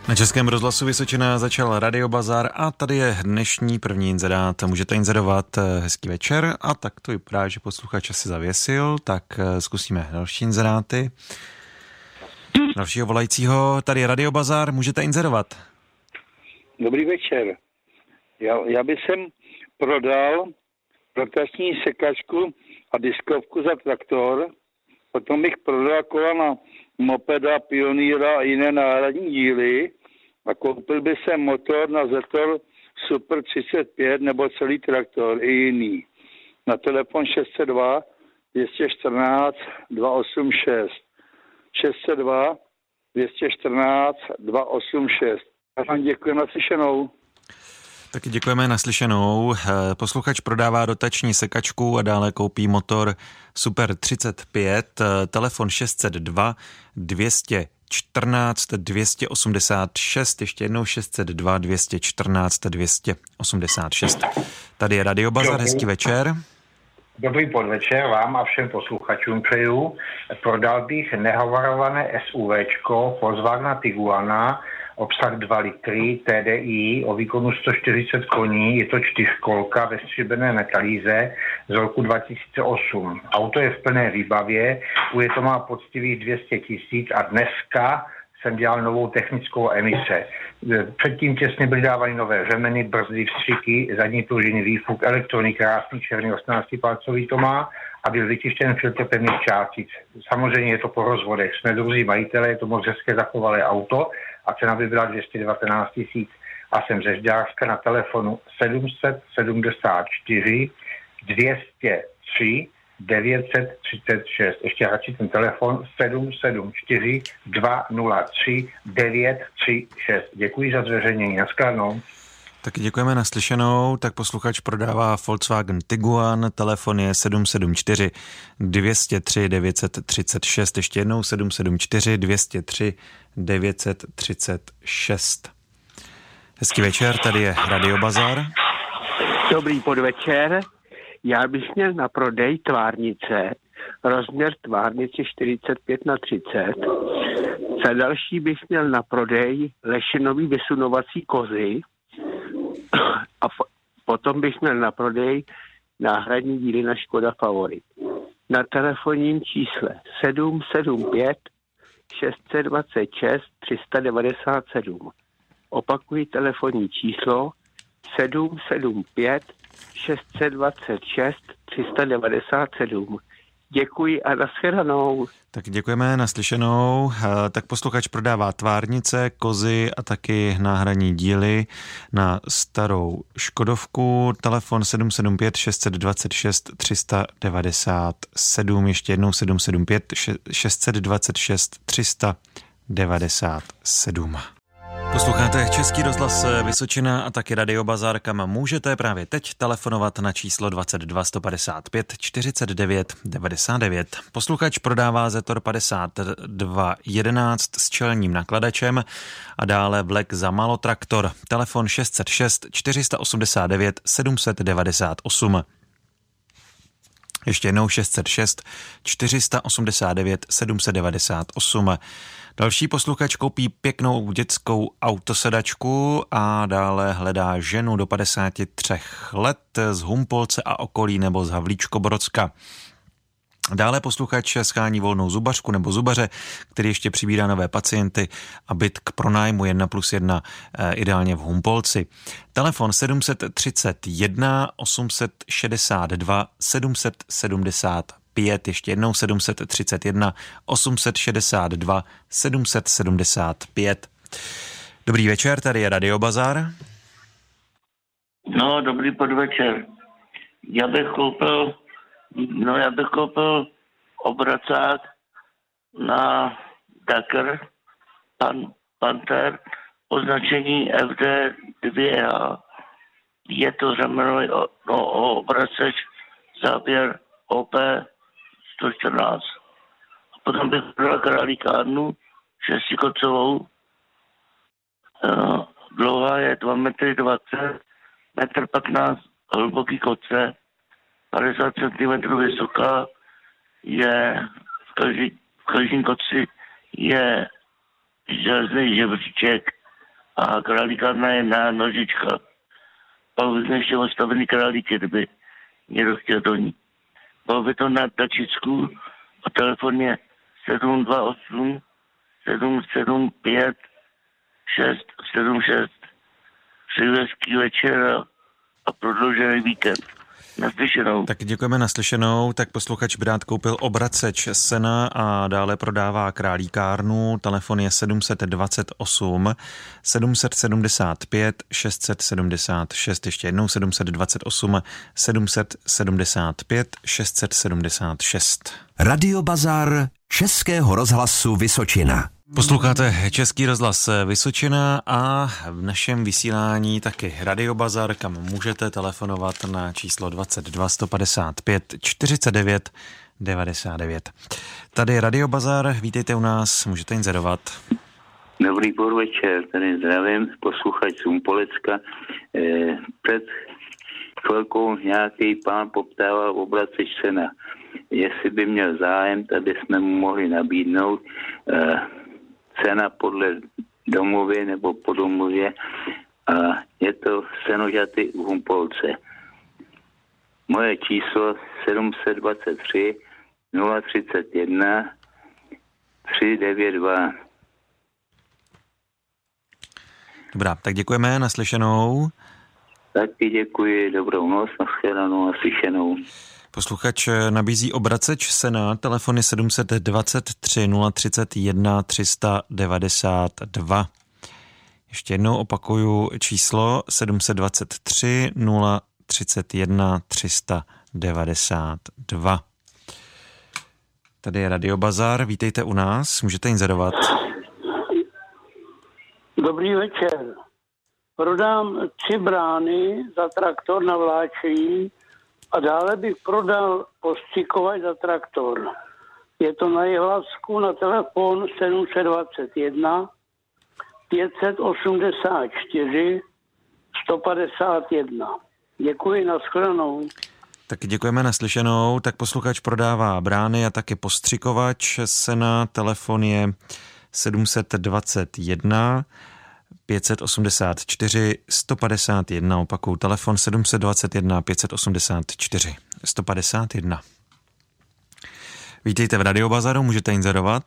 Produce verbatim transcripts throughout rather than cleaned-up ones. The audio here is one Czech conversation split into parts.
Na Českém rozhlasu Vysočina začal Radiobazar a tady je dnešní první inzerát. Můžete inzerovat. Hezký večer a tak to vypadá, že posluchač asi zavěsil, tak zkusíme další inzeráty. Dalšího volajícího, tady je Radiobazar, můžete inzerovat. Dobrý večer. Já, já bych sem prodal rotační sekačku a diskovku za traktor, potom bych prodal kola na mopeda, pionýra a jiné náhradní díly a koupil by se motor na Zetor Super třicet pět nebo celý traktor i jiný. Na telefon šest set dva dvě stě čtrnáct dvě osm šest. šest set dva dvě stě čtrnáct dvě osm šest. Já vám děkuji, naslyšenou. Taky děkujeme, naslyšenou. Posluchač prodává dotační sekačku a dále koupí motor Super třicet pět, telefon šest set dva dvě stě čtrnáct dvě stě osmdesát šest, ještě jednou šest set dva dvě stě čtrnáct dvě stě osmdesát šest. Tady je Radiobazar, hezký večer. Dobrý podvečer vám a všem posluchačům přeju. Prodal bych nehovorované SUVčko Volkswagen Tiguana, obsah dva litry, T D I o výkonu sto čtyřicet koní, je to čtyřkolka ve stříbrné metalíze z roku dva tisíce osm. Auto je v plné výbavě, je to má poctivých dvě stě tisíc a dneska jsem dělal novou technickou emise. Předtím těsně byly dávány nové řemeny, brzdy, vstřiky, zadní pružiny, výfuk, elektronik, krásný černý osmnáctipalcový to má a byl vytištěn filtr pevných částic. Samozřejmě je to po rozvodech, jsme druzí majitelé, je to moc hezké zachovalé auto a cena by byla dvě stě devatenáct tisíc. A jsem ze Žďárska na telefonu sedm set sedmdesát čtyři dvě stě tři devět set třicet šest. Ještě radši ten telefon sedm sedm čtyři dva nula tři devět tři šest. Děkuji za zveřejnění. Naschledanou. Taky děkujeme, naslyšenou. Tak posluchač prodává Volkswagen Tiguan, telefon je sedm sedm čtyři dvě stě tři devět set třicet šest, ještě jednou sedm sedm čtyři dvě stě tři devět set třicet šest. Hezký večer, tady je Radiobazar. Dobrý podvečer. Já bych měl na prodej tvárnice, rozměr tvárnice čtyřicet pět na třicet. Za další bych měl na prodej Lešinový vysunovací kozy a po, potom bych měl na prodej náhradní díly na Škoda Favorit. Na telefonním čísle sedm sedm pět šest dva šest tři devět sedm. Opakuji telefonní číslo sedm sedm pět šest dva šest tři devět sedm. Děkuji a nashledanou. Tak děkujeme, naslyšenou. Tak posluchač prodává tvárnice, kozy a taky náhradní díly na starou Škodovku. Telefon sedm sedm pět šest dva šest tři devět sedm. Ještě jednou sedm sedm pět šest dva šest tři devět sedm. Posloucháte Český rozhlas Vysočina a taky Radiobazar, kam můžete právě teď telefonovat na číslo dvacet dva sto padesát pět čtyřicet devět devadesát devět. Posluchač prodává Zetor padesát dva jedenáct s čelním nakladačem a dále vlek za malotraktor. Telefon šest set šest čtyři osmdesát devět sedm set devadesát osm. Ještě jednou šest set šest čtyři osmdesát devět sedm set devadesát osm. Další posluchač koupí pěknou dětskou autosedačku a dále hledá ženu do padesáti třech let z Humpolce a okolí nebo z Havlíčkobrodska. Dále posluchač schání volnou zubařku nebo zubaře, který ještě přibírá nové pacienty a byt k pronájmu jedna plus jedna, ideálně v Humpolci. Telefon sedm set třicet jedna osm set šedesát dva sedm set sedmdesát pět, ještě jednou sedm set třicet jedna osm set šedesát dva sedm set sedmdesát pět. Dobrý večer, tady je Radiobazar. No, dobrý podvečer. Já bych koupil, no já bych koupil obracák na Dakar Pan, Panther označení F D dva. Je to řemenový no, obraceč, záběr O P sto čtrnáct. A potom bych prodal králíkárnu šestikocovou. Dlouhá je dva metry dvacet, metr patnáct hluboký koce, padesát centimetrů vysoká, je v každý, v každém koci je železný žebříček a králíkárna je na Nožička. A jsme ještě ostavený králíky, kdyby někdo chtěl do ní. Bylo by to na Tačicku a telefon je sedm dva osm sedm sedm pět šest sedm šest. Přeju hezký večer a prodloužený víkend. Naslyšenou. Tak děkujeme, naslyšenou. Tak posluchač by rád koupil obraceč sena a dále prodává králíkárnu. Telefon je sedm dva osm sedm sedm pět šest sedm šest. Ještě jednou sedm dva osm sedm sedm pět šest sedm šest. Radiobazar Českého rozhlasu Vysočina. Posloucháte Český rozhlas Vysočina a v našem vysílání taky Radiobazar, kam můžete telefonovat na číslo dvacet dva sto padesát pět čtyřicet devět devadesát devět. Tady je Radiobazar, vítejte u nás, můžete inzerovat. Dobrý podvečer, tady zdravím posluchačům Polecka. Eh, před chvilkou nějaký pán poptával obraceč sena. Jestli by měl zájem, tady jsme mu mohli nabídnout eh, cena podle domluvy nebo po domluvě a je to senožaty u Humpolce. Moje číslo sedm dva tři nula tři jedna tři devět dva. Dobrá, tak děkujeme, naslyšenou. Taky děkuji, dobrou noc, nashledanou, naslyšenou. Posluchač nabízí obraceč sena, telefon je sedm dva tři nula tři jedna tři devadesát dva. Ještě jednou opakuju číslo sedm dva tři nula tři jedna tři devadesát dva. Tady je Radiobazar, vítejte u nás, můžete inzerovat. Dobrý večer. Prodám tři brány za traktor na vláčení a dále bych prodal postřikovač za traktor. Je to na Jihlavsku na telefon sedm dva jedna pět osmdesát čtyři sto padesát jedna. Děkuji, nashledanou. Tak děkujeme, naslyšenou. Tak posluchač prodává brány a taky postřikovač sena. Telefon je sedm dva jedna pět osmdesát čtyři sto padesát jedna. Opakuju, telefon sedm dva jedna pět osmdesát čtyři sto padesát jedna. Vítejte v Radiobazaru, můžete inzerovat.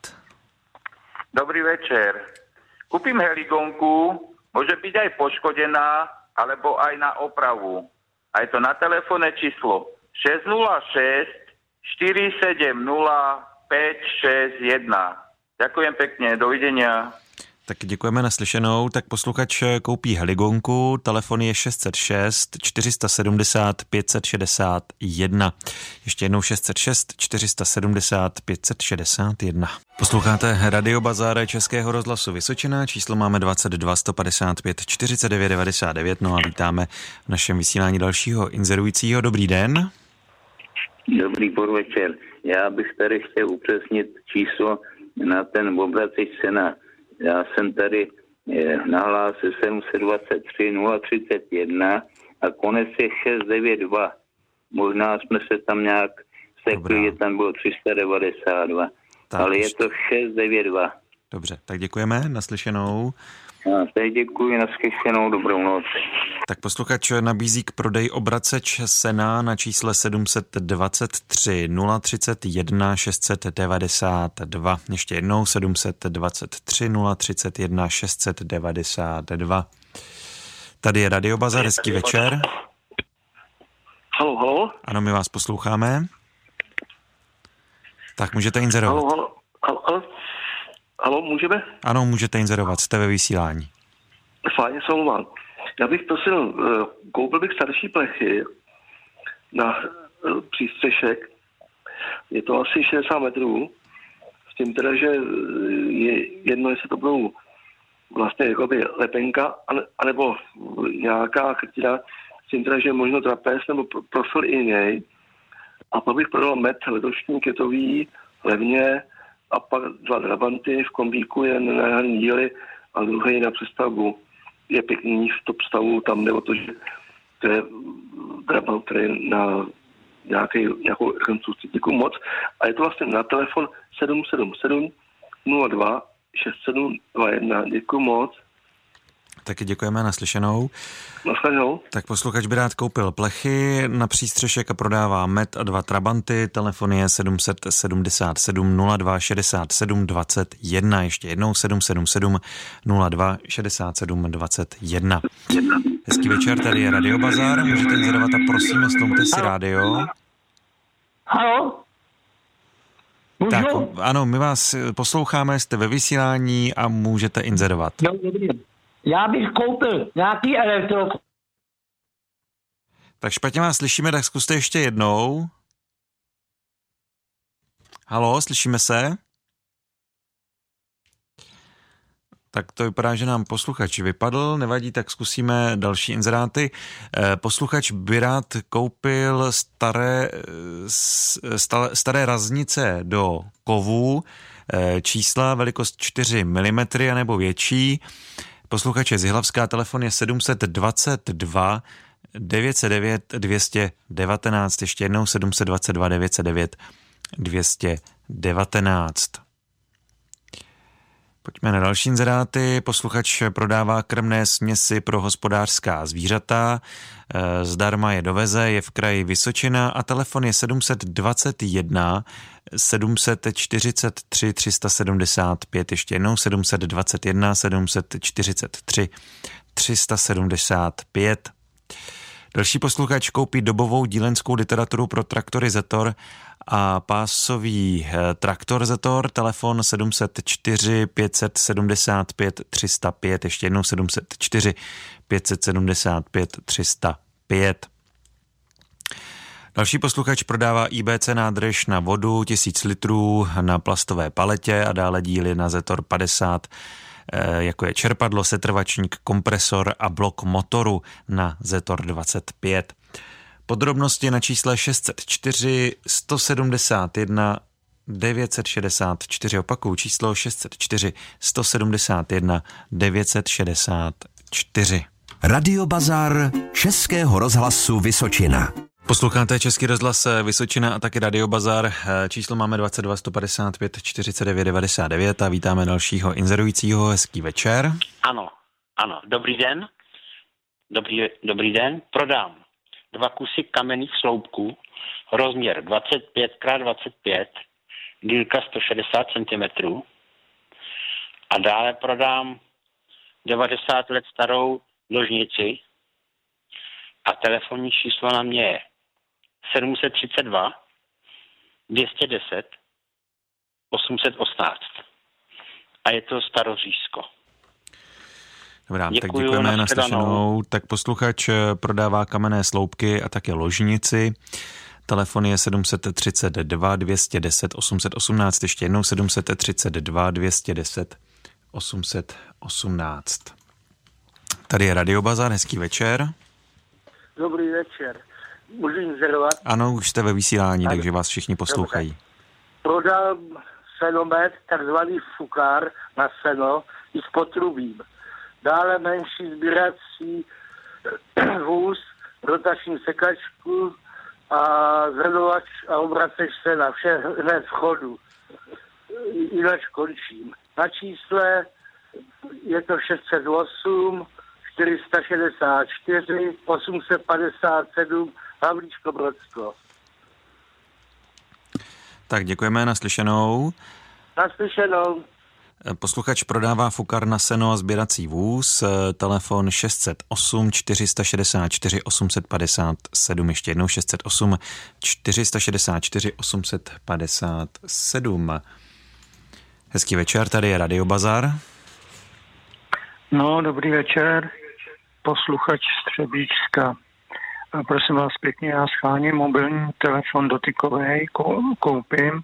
Dobrý večer. Kúpim heligonku, môže byť aj poškodená, alebo aj na opravu. A je to na telefónne číslo šesť nula šesť štyri sedem nula päť šesť jedna. Ďakujem pekne, dovidenia. Tak děkujeme, naslyšenou. Tak posluchač koupí heligonku, telefon je šest set šest čtyři sedmdesát pět set šedesát jedna. Ještě jednou šest set šest čtyři sedmdesát pět set šedesát jedna. Posloucháte Radiobazar Českého rozhlasu Vysočina, číslo máme dvacet dva sto padesát pět čtyřicet devět devadesát devět, no a vítáme v našem vysílání dalšího inzerujícího. Dobrý den. Dobrý podvečer. Já bych tady chtěl upřesnit číslo na ten obraceč sena. Já jsem tady eh, nahlásil sedm dva tři nula tři jedna a konec je šest devět dva. Možná jsme se tam nějak sekli, že tam bylo tři sta devadesát dva. Tak, ale je to šest devět dva. Dobře, tak děkujeme, naslyšenou. A teď děkuji, naslyšenou, dobrou noc. Tak posluchač nabízí k prodeji obraceč sena na čísle sedm dva tři nula tři jedna šest devadesát dva. Ještě jednou sedm dva tři nula tři jedna šest devadesát dva. Tady je Radiobazar, hezký večer. Halo, halo. Ano, my vás posloucháme. Tak můžete inzerovat. Halo, halo, halo, halo. Halo, můžeme? Ano, můžete inzerovat, jste ve vysílání. Fajně, se omlouvám. Já bych prosil, koupil bych starší plechy na přístřešek. Je to asi šedesát metrů. S tím teda, že je jedno, jestli to budou vlastně jakoby lepenka, anebo nějaká krytina. S tím teda, že je možno trapez nebo profil i něj. A pak bych prodal met letošní ketový, levně, a pak dva drabanty v kombíku, jeden na herní díly a druhý na přestavbu. Je pěkný v top stavu, tam nebo to, že to je drabant, který na nějaký, nějakou rekonstrukci. Děkuji moc. A je to vlastně na telefon sedm sedm sedm nula dva šest sedm dva jedna. Děkuji moc. Taky děkujeme, naslyšenou. Naslyšenou. Tak posluchač by rád koupil plechy na přístřešek a prodává med a dva trabanty. Telefon je sedm sedm sedm nula dva šedesát sedm dvacet jedna. Ještě jednou sedm sedm sedm nula dva šedesát sedm dvacet jedna. Hezký večer, tady je Radio Bazar. Můžete inzerovat a prosím, stlumte si rádio. Halo? Můžu? Tak, ano, my vás posloucháme, jste ve vysílání a můžete inzerovat. No, dobrý. Já bych koupil nějaký elektro. Tak špatně vás slyšíme, tak zkuste ještě jednou. Halo, slyšíme se? Tak to vypadá, že nám posluchač vypadl, nevadí, tak zkusíme další inzeráty. Posluchač by rád koupil staré, staré raznice do kovů, čísla velikost čtyři milimetry nebo větší. Posluchač je z Jihlavská, telefon je sedm dvacet dva devět set devět dvě stě devatenáct, ještě jednou sedm dvacet dva devět set devět dvě stě devatenáct. Pojďme na další inzeráty. Posluchač prodává krmné směsi pro hospodářská zvířata. Zdarma je doveze, je v kraji Vysočina a telefon je sedm dvacet jedna sedm čtyřicet tři tři sta sedmdesát pět. Ještě jednou sedm dvacet jedna sedm čtyřicet tři tři sta sedmdesát pět. Další posluchač koupí dobovou dílenskou literaturu pro traktory Zetor a pásový traktor Zetor, telefon sedm nula čtyři pět sedm pět tři sta pět, ještě jednou sedm nula čtyři pět sedm pět tři sta pět. Další posluchač prodává I B C nádrž na vodu tisíc litrů na plastové paletě a dále díly na Zetor padesát, jako je čerpadlo, setrvačník, kompresor a blok motoru na Zetor dvacet pět. Podrobnosti na čísle šest set čtyři sto sedmdesát jedna devět set šedesát čtyři, opakuju číslo šest set čtyři sto sedmdesát jedna devět set šedesát čtyři. Radio Bazar Českého rozhlasu Vysočina. Posloucháte Český rozhlas Vysočina a taky Radio Bazar. Číslo máme dvacet dva sto padesát pět čtyřicet devět devadesát devět a vítáme dalšího inzerujícího. Hezký večer. Ano, ano, dobrý den. Dobrý, dobrý den. Prodám dva kusy kamenných sloupků, rozměr dvacet pět krát dvacet pět, dílka sto šedesát centimetrů a dále prodám devadesát let starou ložnici a telefonní číslo na mě je sedm tři dva dvě stě deset osm set osmnáct a je to Staroříšsko. Dobrá, Děkuju, tak děkujeme na slyšenou. Tak posluchač prodává kamenné sloupky a také ložnici. Telefon je sedm tři dva dvě stě deset osm set osmnáct, ještě jednou sedm tři dva dvě stě deset osm set osmnáct. Tady je Radio Bazar, hezký večer. Dobrý večer. Můžu inzerovat? Ano, už jste ve vysílání, takže vás všichni poslouchají. Dobře. Prodal senomet, takzvaný fukár na seno i s potrubím. Dále menší sbírací vůz, rotační sekačku a zhrnovač a obraceč sena. Vše hned v chodu. Jinak končím. Na čísle je to šest set osm čtyři sta šedesát čtyři osm set padesát sedm Havlíčko Brodsko. Tak děkujeme, naslyšenou. Naslyšenou. Posluchač prodává fukar na seno a sběrací vůz, telefon šest set osm čtyři sta šedesát čtyři osm set padesát sedm, ještě jednou šest set osm čtyři sta šedesát čtyři osm set padesát sedm. Hezký večer, tady je Radio Bazar. No, dobrý večer, posluchač Střebíčska. Prosím vás pěkně, já scháním mobilní telefon dotykový, koupím.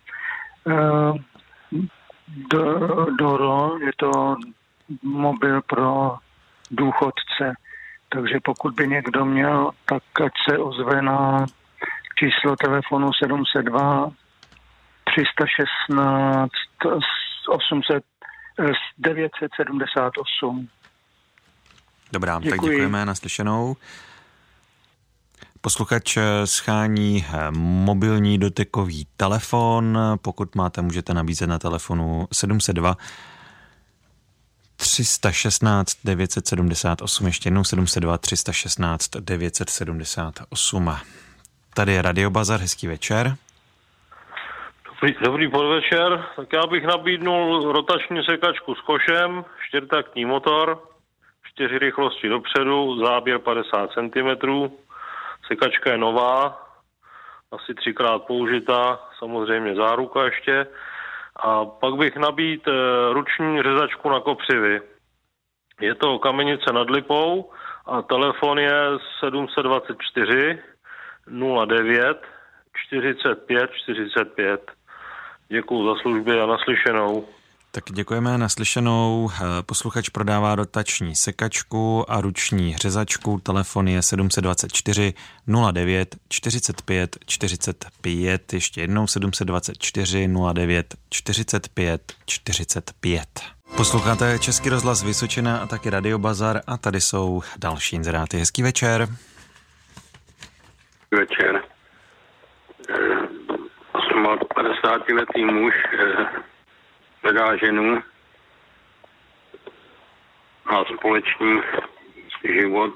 Do, Doro, je to mobil pro důchodce, takže pokud by někdo měl, tak ať se ozve na číslo telefonu sedm set dva tři sta šestnáct osm set devět set sedmdesát osm. Dobrá, Děkuji. Tak děkujeme, naslyšenou. Posluchač schání mobilní dotykový telefon. Pokud máte, můžete nabízet na telefonu sedm set dva tři šestnáct devět set sedmdesát osm, ještě jednou sedm set dva tři šestnáct devět set sedmdesát osm. Tady je Radio Bazar, hezký večer. Dobrý, dobrý podvečer, tak já bych nabídnul rotační sekačku s košem, čtyřtaktní motor, čtyři rychlosti dopředu, záběr padesát centimetrů, sekačka je nová, asi třikrát použitá, samozřejmě záruka ještě. A pak bych nabít e, ruční řezačku na kopřivy. Je to Kamenice nad Lipou a telefon je sedm set dvacet čtyři nula devět čtyřicet pět čtyřicet pět. Děkuju za služby a naslyšenou. Tak děkujeme, naslyšenou. Posluchač prodává rotační sekačku a ruční řezačku. Telefon je sedm set dvacet čtyři nula devět čtyřicet pět čtyřicet pět. Ještě jednou sedm set dvacet čtyři nula devět čtyřicet pět čtyřicet pět. Posloucháte Český rozhlas Vysočina a taky Radio Bazar a tady jsou další inzeráty. Hezký večer. Večer. padesátiletý muž hledá ženu a společný život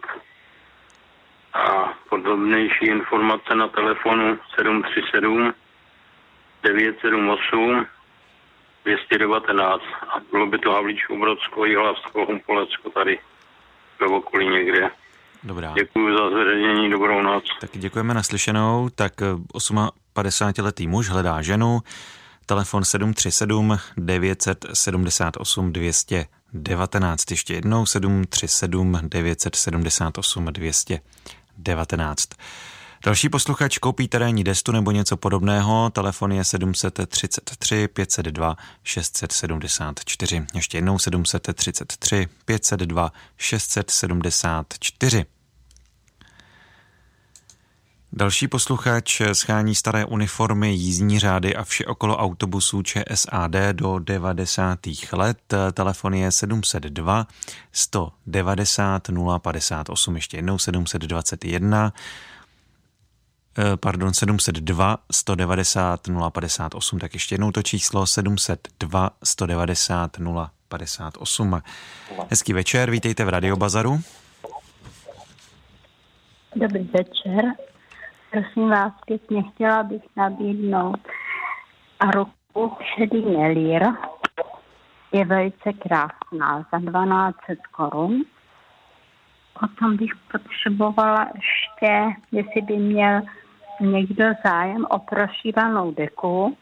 a podrobnější informace na telefonu sedm tři sedm devět sedm osm dvě devatenáct a bylo by to Havlíčko, Brodsko, Jihlavsko, Humpolecko tady ve okolí někde. Dobrá. Děkuji za zveřejnění, dobrou noc. Tak děkujeme naslyšenou. Tak padesátiletý muž hledá ženu. Telefon sedm tři sedm devět sedm osm dvě devatenáct. Ještě jednou sedm tři sedm devět sedm osm dvě devatenáct. Další posluchač koupí terénní destu nebo něco podobného. Telefon je sedm tři tři pět set dva šest set sedmdesát čtyři. Ještě jednou sedm tři tři pět set dva šest set sedmdesát čtyři. Další posluchač schání staré uniformy, jízdní řády a vše okolo autobusů ČSAD do devadesátých let. Telefon je sedm set dva sto devadesát nula padesát osm. Ještě jednou sedm set dvacet jedna pardon, sedm set dva sto devadesát nula padesát osm. Tak ještě jednou to číslo sedm set dva sto devadesát nula padesát osm. Hezký večer, vítejte v Radio Bazaru. Dobrý večer. Prosím vás pěkně, chtěla bych nabídnout a ruku šedý nelír. Je velice krásná, za dvanáct set korun. Potom bych potřebovala ještě, jestli by měl někdo zájem o prošívanou deku.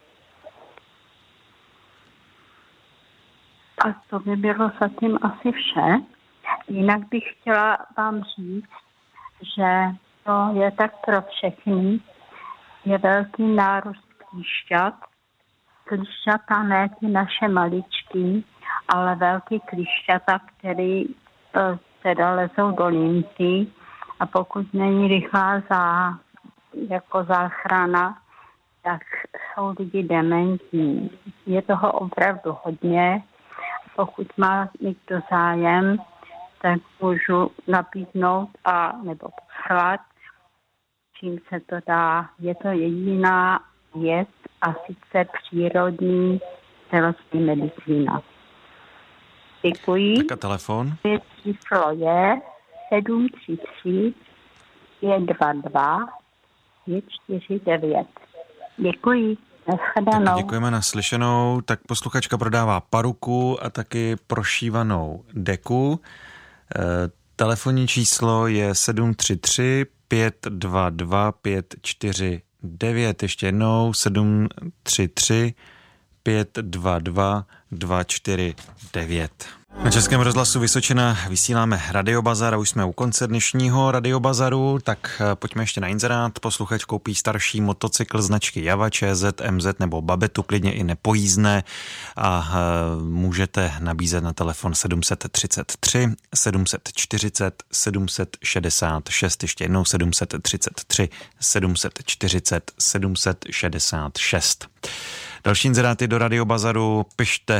A to by bylo zatím asi vše. Jinak bych chtěla vám říct, že to je tak pro všechny. Je velký nárůst klíšťat. Klíšťata ne ty naše maličky, ale velký klíšťata, který teda lezou do linky a pokud není rychlá za, jako záchrana, tak jsou lidi dementní. Je toho opravdu hodně. Pokud má někdo zájem, tak můžu nabídnout a nebo poslat, čím se to dá. Je to jediná věc a sice přírodní tělesní medicína. Děkuji. Tak a telefon? Číslo je sedm tři tři pět dva dva pět čtyři devět. Děkuji. Tak děkujeme naslyšenou. Tak posluchačka prodává paruku a taky prošívanou deku. E, telefonní číslo je sedm tři tři pět dva dva pět čtyři devět. Ještě jednou sedm tři tři pět dva dva dva čtyři devět. Na Českém rozhlasu Vysočina vysíláme Radio Bazar a už jsme u konce dnešního Radio Bazaru, tak pojďme ještě na inzerát. Posluchač koupí starší motocykl značky Java, ČZ, M Z nebo Babetu, klidně i nepojízdné a můžete nabízet na telefon sedm tři tři sedm čtyřicet sedm šedesát šest, ještě jednou sedm tři tři sedm čtyřicet sedm šedesát šest. Další inzeráty do Radio Bazaru pište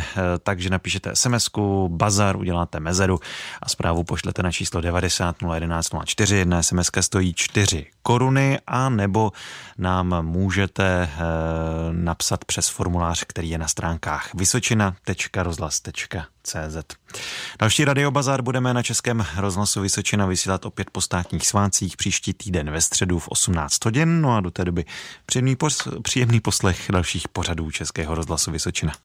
tak, že napíšete SMSku, bazar, uděláte mezeru a zprávu pošlete na číslo devadesát nula jedenáct nula čtyři. Jedna SMSka stojí čtyři koruny a nebo nám můžete napsat přes formulář, který je na stránkách vysočina tečka rozhlas tečka cé zet. Další Radiobazar budeme na Českém rozhlasu Vysočina vysílat opět po státních svátcích příští týden ve středu v osmnáct hodin. No a do té doby příjemný, pos- příjemný poslech dalších pořadů Českého rozhlasu Vysočina.